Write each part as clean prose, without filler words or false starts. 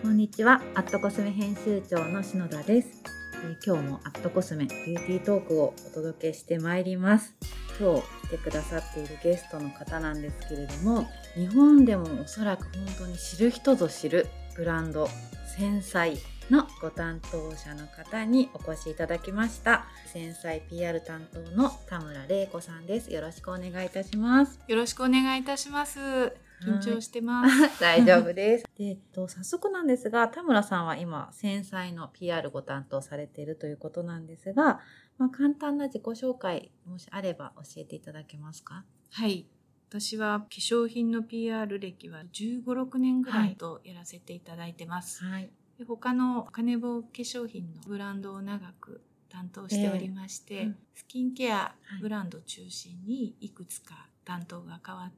こんにちは、アットコスメ編集長の篠田です。今日もアットコスメビューティートークをお届けしてまいります。今日来てくださっているゲストの方なんですけれども、日本でもおそらく本当に知る人ぞ知るブランド繊細のご担当者の方にお越しいただきました。繊細 PR 担当の田村玲子さんです。よろしくお願いいたします。 よろしくお願いいたします。緊張してます。 大丈夫です。で、早速なんですが、田村さんは今繊細の PR ご担当されているということなんですが、簡単な自己紹介もしあれば教えていただけますか？ はい。私は化粧品の PR 歴は15、6年ぐらいとやらせていただいてます。 はい。 で他のカネボ化粧品のブランドを長く担当しておりまして、スキンケアブランド中心にいくつか担当が変わって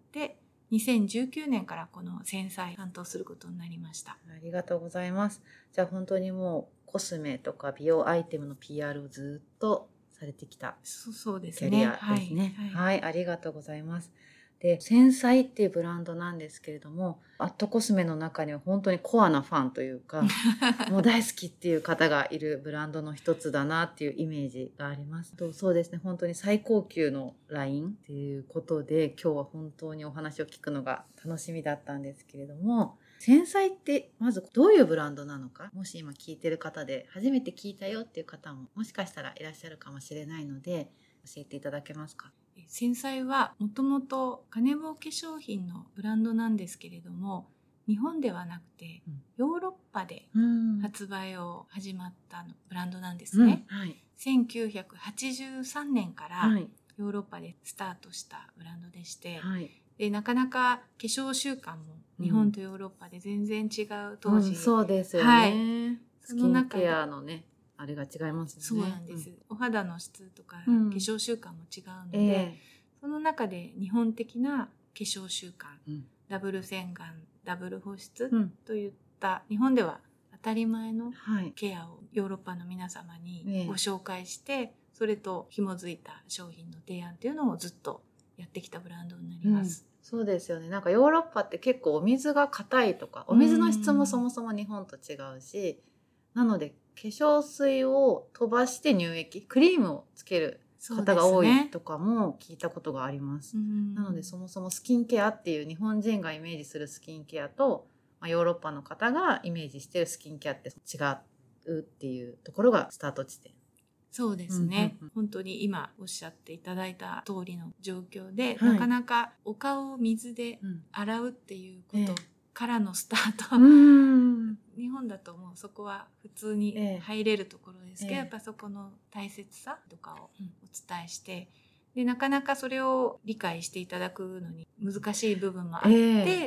、2019年からこの繊細担当することになりました。 ありがとうございます。じゃあ本当にもうコスメとか美容アイテムの PR をずっとされてきたそうですキャね。 リアですね。はい、ありがとうございます。で、繊細っていうブランドなんですけれども、アットコスメの中には本当にコアなファンというか、もう大好きっていう方がいるブランドの一つだなっていうイメージがあります。そうですね、本当に最高級のラインっていうことで、今日は本当にお話を聞くのが楽しみだったんですけれども、繊細ってまずどういうブランドなのか、もし今聞いてる方で初めて聞いたよっていう方ももしかしたらいらっしゃるかもしれないので、教えていただけますか？ 繊細はもともとカネボ化粧品のブランドなんですけれども、日本ではなくてヨーロッパで発売を始まったブランドなんですね。1983年からヨーロッパでスタートしたブランドでして、でなかなか化粧習慣も日本とヨーロッパで全然違う当時、 そうですよね。スキンケアのね、あれが違いますね。 そうなんです。お肌の質とか化粧習慣も違うので、その中で日本的な化粧習慣、ダブル洗顔、ダブル保湿といった日本では当たり前のケアをヨーロッパの皆様にご紹介して、それと紐づいた商品の提案というのをずっとやってきたブランドになります。 そうですよね。なんかヨーロッパって結構お水が硬いとか、お水の質もそもそも日本と違うし、なので化粧水を飛ばして乳液、クリームをつける方が多いとかも聞いたことがあります。なのでそもそもスキンケアっていう日本人がイメージするスキンケアと、ヨーロッパの方がイメージしてるスキンケアって違うっていうところがスタート地点。 そうですね、本当に今おっしゃっていただいた通りの状況で、なかなかお顔を水で洗うっていうことからのスタート、日本だともうそこは普通に入れるところですけど、やっぱそこの大切さとかをお伝えして、でなかなかそれを理解していただくのに難しい部分もあって、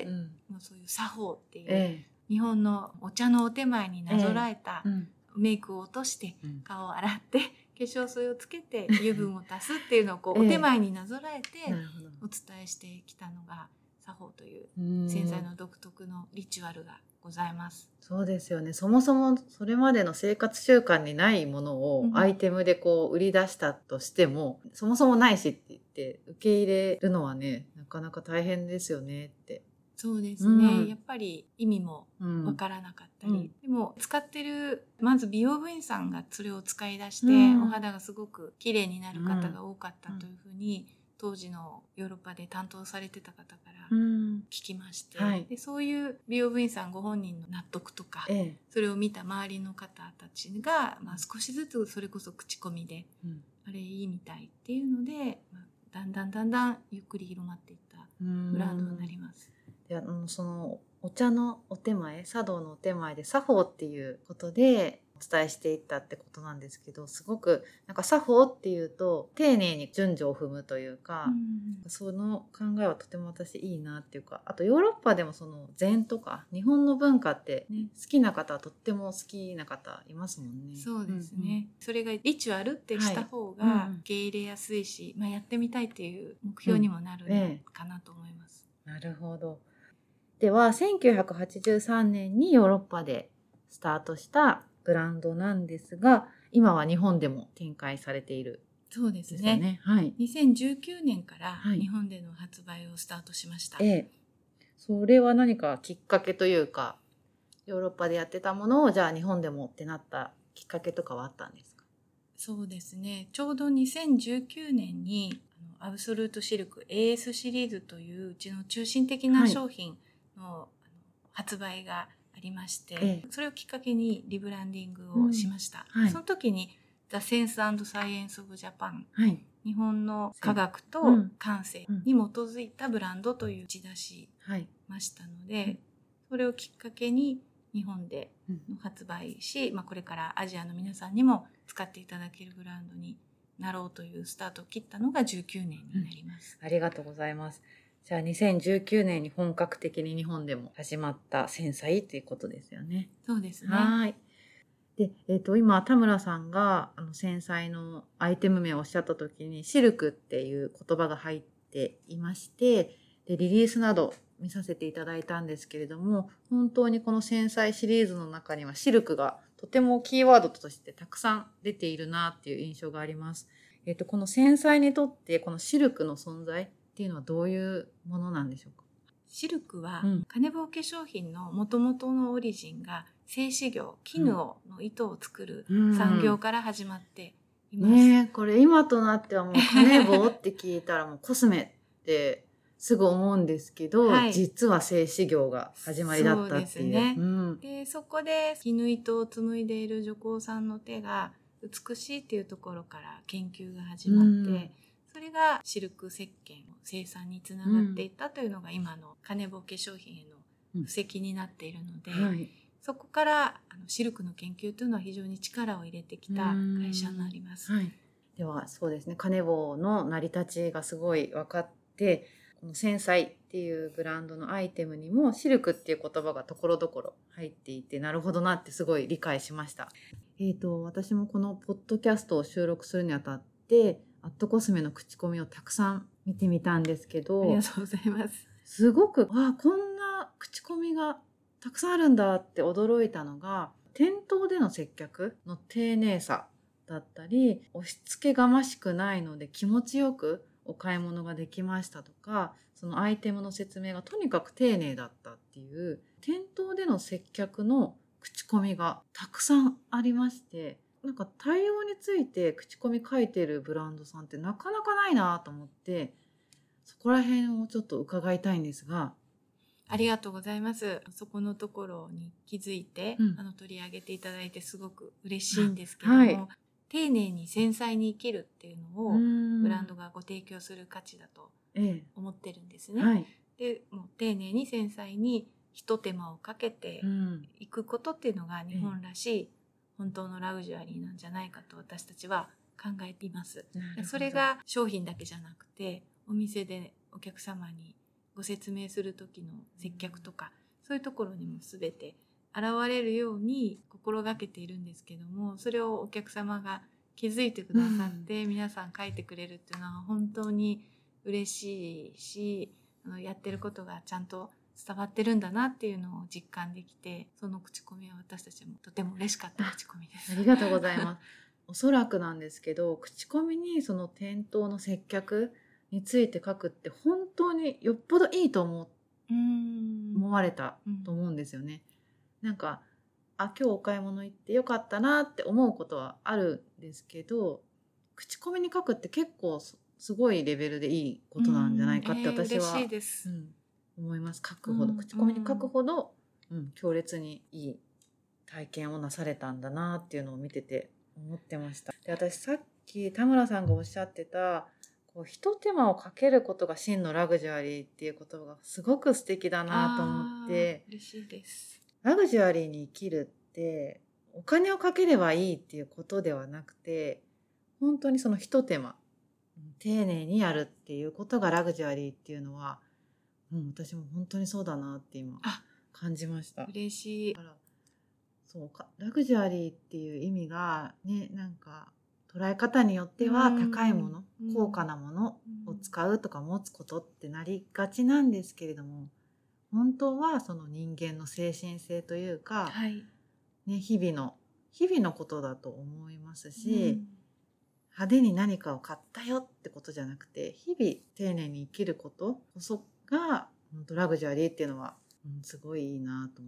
もうそういう作法っていう、日本のお茶のお手前になぞらえた、メイクを落として顔を洗って化粧水をつけて油分を足すっていうのをお手前になぞらえてお伝えしてきたのが作法という繊細の独特のリチュアルがございます。 そうですよね。そもそもそれまでの生活習慣にないものをアイテムで売り出したとしても、そもそもないしって言って受け入れるのはね、なかなか大変ですよねって。 そうですね、やっぱり意味もわからなかったり、でも使ってるまず美容部員さんがそれを使い出して、お肌がすごく綺麗になる方が多かったというふうに、当時のヨーロッパで担当されてた方から聞きまして、でそういう美容部員さんご本人の納得とか、それを見た周りの方たちが、少しずつそれこそ口コミで、あれいいみたいっていうので、だんだんゆっくり広まっていったブランドになります。 そのお茶のお手前、茶道のお手前で作法っていうことでお伝えしていったってことなんですけど、すごくなんか作法っていうと丁寧に順序を踏むというか、その考えはとても私いいなっていうか、あとヨーロッパでもその禅とか日本の文化って、好きな方はとっても好きな方いますもんね。 そうですね、それがリチュアルってした方が受け入れやすいし、やってみたいっていう目標にもなるかなと思います。 なるほど。では1983年にヨーロッパでスタートしたブランドなんですが、今は日本でも展開されている。 そうですね。2019年から日本での発売をスタートしました。 それは何かきっかけというかヨーロッパでやってたものをじゃあ日本でもってなったきっかけとかはあったんですか？ そうですね。ちょうど2019年にアブソルートシルク AS シリーズといううちの中心的な商品の、発売がありまして、それをきっかけにリブランディングをしました。その時に The Sense & Science of Japan、日本の科学と感性に基づいたブランドという打ち出しましたので、それをきっかけに日本で発売し、これからアジアの皆さんにも使っていただけるブランドになろうというスタートを切ったのが19年になります。 ありがとうございます。じゃあ2019年に本格的に日本でも始まった繊細ということですよね。 そうですね。 はい。で、今田村さんが繊細のアイテム名をおっしゃった時にシルクっていう言葉が入っていまして、でリリースなど見させていただいたんですけれども、本当にこの繊細シリーズの中にはシルクがとてもキーワードとしてたくさん出ているなっていう印象があります。この繊細にとってこのシルクの存在っていうのはどういうものなんでしょうか？ シルクは、金棒化粧品の元々のオリジンが製糸業、絹の糸を作る産業から始まっています。 これ今となってはもう金棒って聞いたらもうコスメってすぐ思うんですけど、実は製糸業が始まりだったっていう。 そうですね。で、そこで絹糸を紡いでいる女工さんの手が美しいっていうところから研究が始まって、それがシルク石鹸の生産につながっていったというのが今の金棒化粧品への布石になっているので、そこからシルクの研究というのは非常に力を入れてきた会社になります。 ではそうですね、金棒の成り立ちがすごい分かって、この繊細っていうブランドのアイテムにもシルクっていう言葉がところどころ入っていて、なるほどなってすごい理解しました。私もこのポッドキャストを収録するにあたってアットコスメの口コミをたくさん見てみたんですけど、 ありがとうございます。 すごくこんな口コミがたくさんあるんだって驚いたのが、店頭での接客の丁寧さだったり、押し付けがましくないので気持ちよくお買い物ができましたとか、そのアイテムの説明がとにかく丁寧だったっていう店頭での接客の口コミがたくさんありまして、なんか対応について口コミ書いてるブランドさんってなかなかないなと思って、そこら辺をちょっと伺いたいんですが。 ありがとうございます。そこのところに気づいて、取り上げていただいてすごく嬉しいんですけども、丁寧に繊細に生きるっていうのをブランドがご提供する価値だと思ってるんですね。で、もう丁寧に繊細に一手間をかけていくことっていうのが日本らしい本当のラグジュアリーなんじゃないかと私たちは考えています。それが商品だけじゃなくて、お店でお客様にご説明する時の接客とか、そういうところにも全て現れるように心がけているんですけども、それをお客様が気づいてくださって、皆さん書いてくれるっていうのは本当に嬉しいし、やってることがちゃんと伝わってるんだなっていうのを実感できて、その口コミは私たちもとても嬉しかった口コミです。 ありがとうございます。おそらくなんですけど、口コミにその店頭の接客について書くって本当によっぽどいいと思われたと思うんですよね。なんか今日お買い物行ってよかったなって思うことはあるんですけど、口コミに書くって結構すごいレベルでいいことなんじゃないかって私は、 嬉しいです、 思います。書くほど、口コミに書くほど、強烈にいい体験をなされたんだなっていうのを見てて思ってました。で、私さっき田村さんがおっしゃってた一手間をかけることが真のラグジュアリーっていう言葉がすごく素敵だなと思って。 嬉しいです。 ラグジュアリーに生きるってお金をかければいいっていうことではなくて、本当にその一手間丁寧にやるっていうことがラグジュアリーっていうのは、私も本当にそうだなって今感じました。 嬉しい。 そうか、ラグジュアリーっていう意味がね、なんか捉え方によっては高いもの、高価なものを使うとか持つことってなりがちなんですけれども、本当はその人間の精神性というか、日々のことだと思いますし、派手に何かを買ったよってことじゃなくて、日々丁寧に生きることこそが本当ラグジュアリーっていうのは、すごいいいなと思って、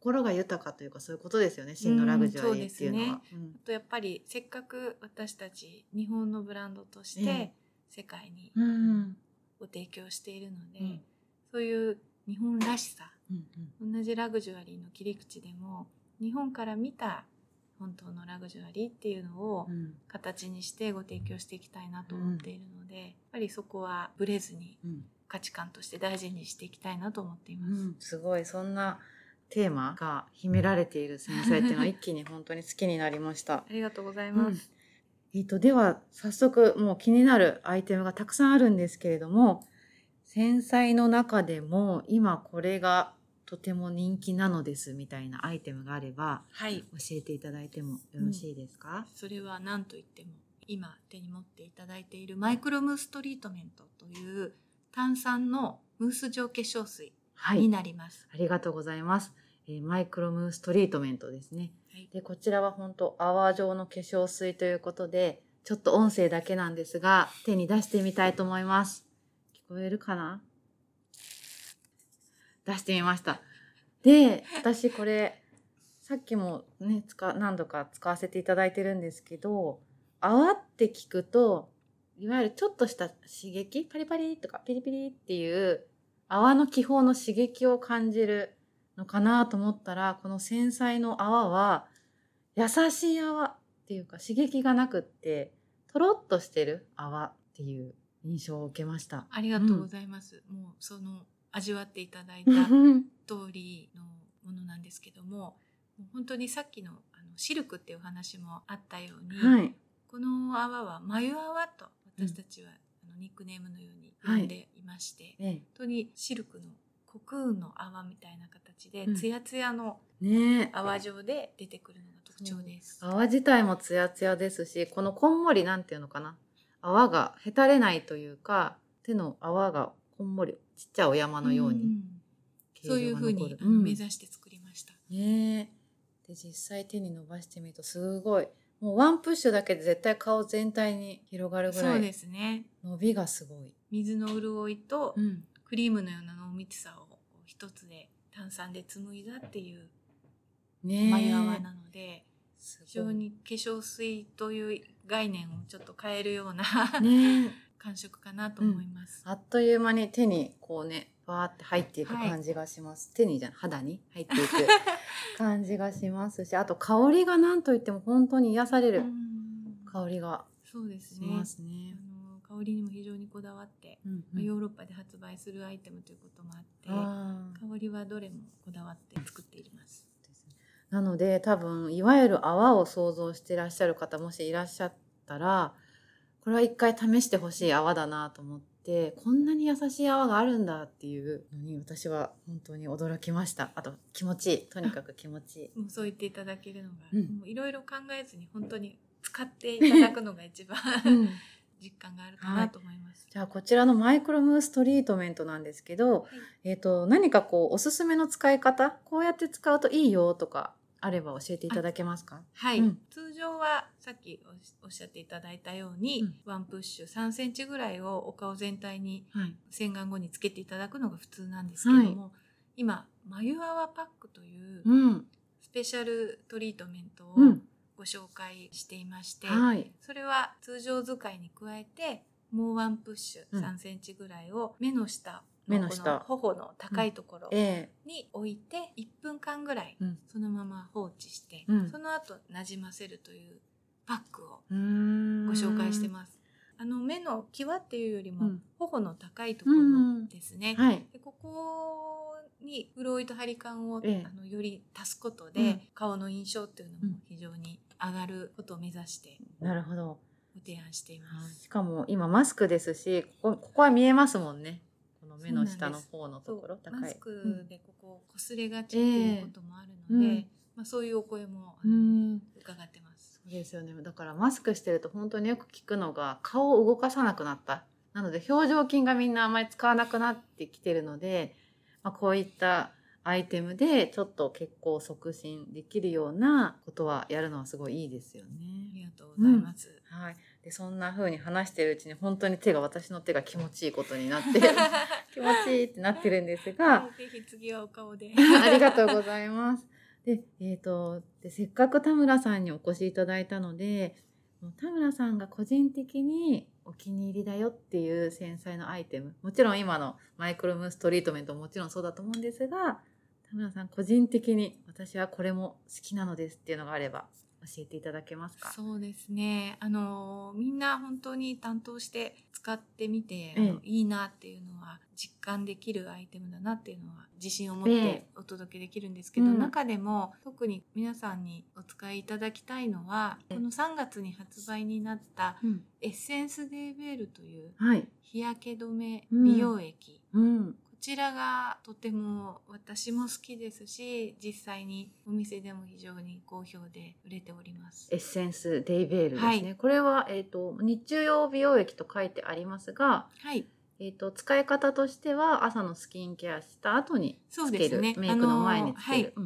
心が豊かというかそういうことですよね、真のラグジュアリーっていうのは。 あとやっぱりせっかく私たち日本のブランドとして世界にご提供しているので、そういう日本らしさ、同じラグジュアリーの切り口でも日本から見た本当のラグジュアリーっていうのを形にしてご提供していきたいなと思っているので、やっぱりそこはブレずに価値観として大事にしていきたいなと思っています。 すごい、そんなテーマが秘められている繊細っていうのは一気に本当に好きになりました。 ありがとうございます。 では早速もう気になるアイテムがたくさんあるんですけれども、繊細の中でも今これがとても人気なのですみたいなアイテムがあれば、教えていただいてもよろしいですか？ それは何といっても今手に持っていただいているマイクロムーストリートメントという炭酸のムース状化粧水になります。 ありがとうございます。マイクロムーストリートメントですね。でこちらは本当泡状の化粧水ということで、ちょっと音声だけなんですが手に出してみたいと思います。聞こえるかな？出してみました。で、私これさっきもね何度か使わせていただいてるんですけど、泡って聞くといわゆるちょっとした刺激、パリパリとかピリピリっていう泡の気泡の刺激を感じるのかなと思ったら、この繊細の泡は優しい泡っていうか刺激がなくってとろっとしてる泡っていう印象を受けました。 ありがとうございます。もうその味わっていただいた通りのものなんですけども、本当にさっきのシルクっていうお話もあったように、この泡は眉泡と私たちはニックネームのように呼んでいまして、本当にシルクのコクーンの泡みたいな形で、ツヤツヤの泡状で出てくるのが特徴です。 泡自体もツヤツヤですし、このこんもりなんていうのかな、泡がへたれないというか、手の泡がこんもりちっちゃいお山のように、 そういう風に目指して作りました。 で実際手に伸ばしてみるとすごい、もうワンプッシュだけで絶対顔全体に広がるぐらい。 そうですね。 伸びがすごい。 水の潤いとクリームのような濃密さを一つで炭酸で紡いだっていう眉泡なので、非常に化粧水という概念をちょっと変えるような感触かなと思います。 あっという間に手にこうねバーって入っていく感じがします。手にじゃない、肌に入っていく感じがしますし、あと香りが何といっても本当に癒される香りがしますね。 香りにも非常にこだわって、ヨーロッパで発売するアイテムということもあって、香りはどれもこだわって作っています。 なので多分いわゆる泡を想像していらっしゃる方もしいらっしゃったら、これは一回試してほしい泡だなと思って、こんなに優しい泡があるんだっていうのに私は本当に驚きました。あと気持ちいい、とにかく気持ちいい。 もうそう言っていただけるのが、もういろいろ考えずに本当に使っていただくのが一番実感があるかなと思います。 じゃあこちらのマイクロムーストリートメントなんですけど、何かこうおすすめの使い方、こうやって使うといいよとかあれば教えていただけますか？ 通常はさっきおっしゃっていただいたように、ワンプッシュ3センチぐらいをお顔全体に洗顔後につけていただくのが普通なんですけども、今眉泡パックというスペシャルトリートメントをご紹介していまして、それは通常使いに加えてもうワンプッシュ3センチぐらいを目の下、この頬の高いところに置いて1分間ぐらいそのまま放置して、その後なじませるというパックをご紹介してます。目の際っていうよりも頬の高いところですね。でここに潤いと張り感をより足すことで、顔の印象っていうのも非常に上がることを目指してご提案しています。 しかも今マスクですし、ここは見えますもんね。この目の下の方のところ、 マスクでこここすれがちっていうこともあるので、そういうお声も伺ってます。 そうですよね。だからマスクしてると本当によく聞くのが、顔を動かさなくなった。なので表情筋がみんなあまり使わなくなってきてるので、こういったアイテムでちょっと血行を促進できるようなことはやるのはすごいいいですよね。 ありがとうございます。 でそんな風に話してるうちに本当に私の手が気持ちいいことになって気持ちいいってなってるんですが、 ぜひ次はお顔でありがとうございます。で、せっかく田村さんにお越しいただいたので、田村さんが個人的にお気に入りだよっていう繊細のアイテム、もちろん今のマイクロムーストリートメントももちろんそうだと思うんですが、田村さん個人的に私はこれも好きなのですっていうのがあれば教えていただけますか？ そうですね。みんな本当に担当して使ってみて、いいなっていうのは実感できるアイテムだなっていうのは自信を持ってお届けできるんですけど、中でも特に皆さんにお使いいただきたいのは、この3月に発売になったエッセンスデーベールという日焼け止め美容液。こちらがとても私も好きですし、実際にお店でも非常に好評で売れております。 エッセンスデイベールですね。これは、日中用美容液と書いてありますが、使い方としては朝のスキンケアした後につける、メイクの前につける、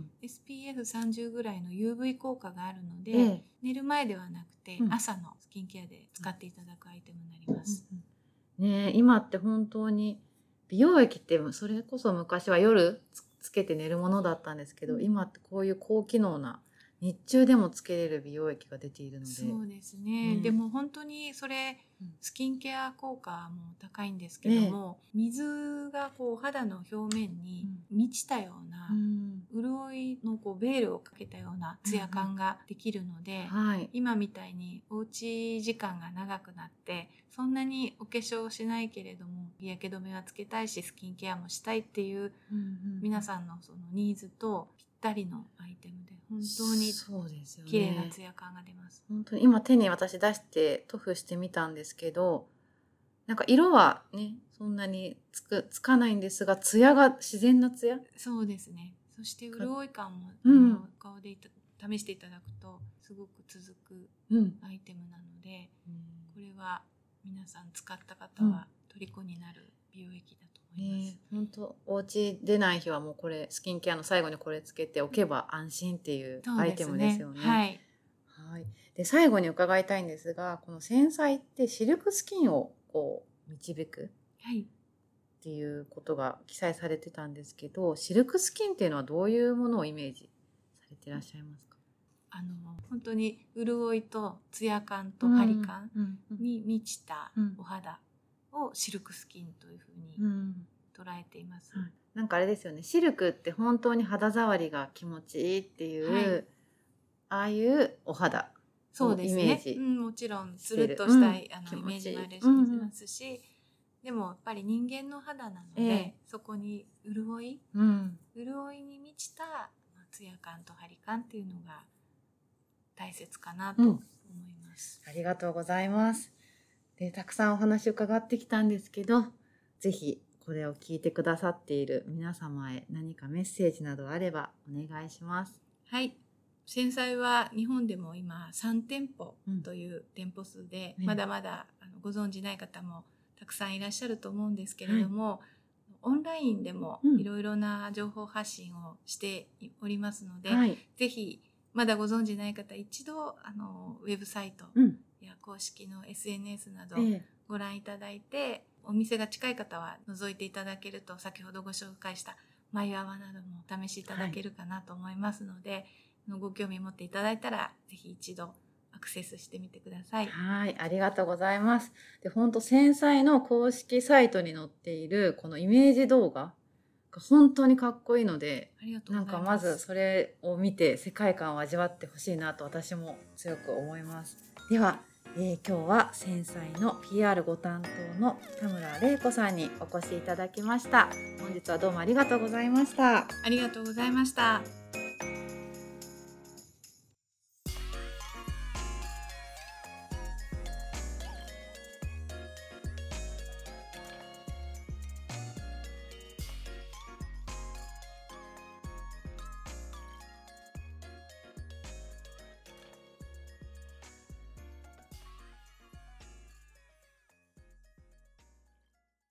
SPF30 ぐらいの UV 効果があるので、寝る前ではなくて、朝のスキンケアで使っていただくアイテムになります。 今って本当に美容液ってそれこそ昔は夜つけて寝るものだったんですけど、今ってこういう高機能な日中でもつけれる美容液が出ているので。 そうですね、でも本当にそれスキンケア効果も高いんですけども、水がこう肌の表面に満ちたような、潤いのこうベールをかけたようなツヤ感ができるので、今みたいにおうち時間が長くなってそんなにお化粧しないけれども日焼け止めはつけたいしスキンケアもしたいっていう皆さんのそのニーズとぴったりのアイテムで本当に綺麗なツヤ感が出ます。 本当に今手に私出して塗布してみたんですけど、なんか色はねそんなにつかないんですが、ツヤが自然なツヤ。 そうですね。そして潤い感も顔で試していただくとすごく続くアイテムなので、これは皆さん使った方は虜になる美容液だと思います。 本当お家出ない日はもうこれスキンケアの最後にこれつけておけば安心っていうアイテムですよね。で最後に伺いたいんですが、この繊細ってシルクスキンをこう導くっていうことが記載されてたんですけど、シルクスキンっていうのはどういうものをイメージされていらっしゃいますか？ 本当に潤いとツヤ感と張り感に満ちたお肌をシルクスキンというふうに捉えています。 なんかあれですよね、シルクって本当に肌触りが気持ちいいっていう、ああいうお肌をイメージ、 もちろんつるっとしたイメージもありますし、でもやっぱり人間の肌なので、そこに潤いに満ちたツヤ感と張り感っていうのが大切かなと思います。 ありがとうございます。でたくさんお話伺ってきたんですけど、ぜひこれを聞いてくださっている皆様へ何かメッセージなどあればお願いします。 繊細は日本でも今3店舗という店舗数で、まだまだご存じない方もたくさんいらっしゃると思うんですけれども、オンラインでもいろいろな情報発信をしておりますので、ぜひまだご存じない方一度ウェブサイトや公式の SNS などご覧いただいて、お店が近い方は覗いていただけると先ほどご紹介した眉泡などもお試しいただけるかなと思いますので、ご興味持っていただいたらぜひ一度アクセスしてみてください。 ありがとうございます。で本当繊細の公式サイトに載っているこのイメージ動画が本当にかっこいいので、なんかまずそれを見て世界観を味わってほしいなと私も強く思います。では、今日は繊細の PR ご担当の田村玲子さんにお越しいただきました。本日はどうもありがとうございました。 ありがとうございました。